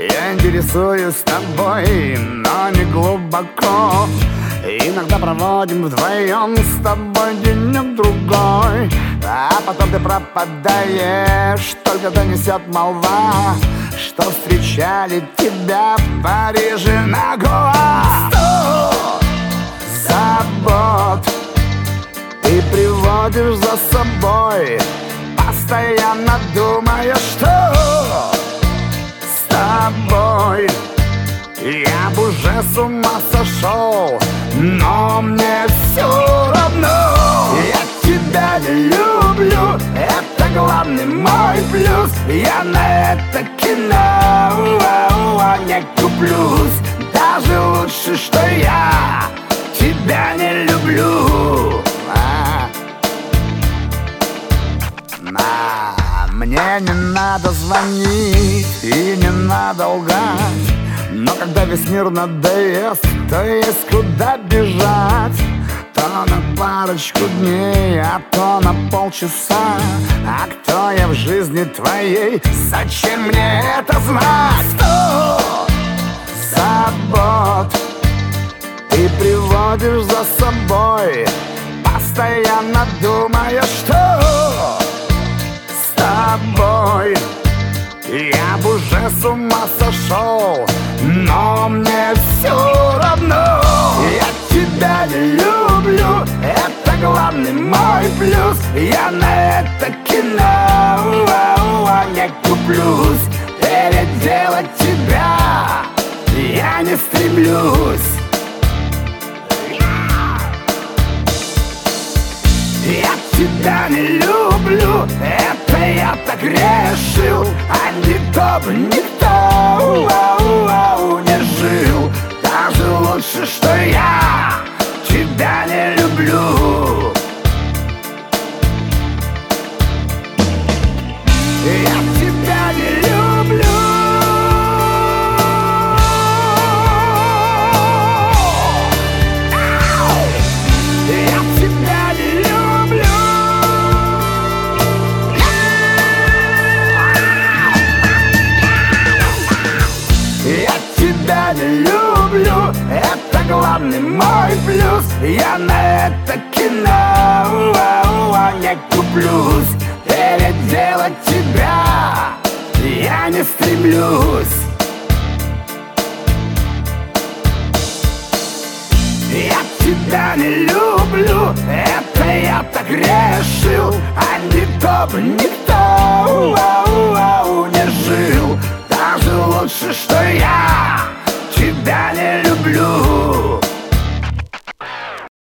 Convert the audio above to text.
Я интересуюсь тобой, но не глубоко. Иногда проводим вдвоем с тобой денек-другой, а потом ты пропадаешь, только донесет молва, что встречали тебя в Париже на Гоа. 100 забот ты приводишь за собой, постоянно думая, что с тобой я б уже с ума сошел, но мне все равно. Я тебя не люблю, это главный мой плюс. Я на это кино не куплюсь. Даже лучше, что я тебя не люблю. Мне не надо звонить и не надо лгать, но когда весь мир надоест, то есть куда бежать. То на парочку дней, а то на полчаса. А кто я в жизни твоей? Зачем мне это знать? 100 забот ты приводишь за собой, постоянно думая, что с тобой я б уже с ума сошел, но мне все равно. Я тебя не люблю, это главный мой плюс. Я на это кино не куплюсь. Переделать тебя я не стремлюсь. Я тебя не люблю, это я так решил, а не то бы никто не жил. Даже лучше, что я тебя не люблю. Я тебя не люблю. Я не люблю, это главный мой плюс. Я на это кино не куплюсь. Переделать тебя я не стремлюсь. Я тебя не люблю, это я так решил, а не то бы никто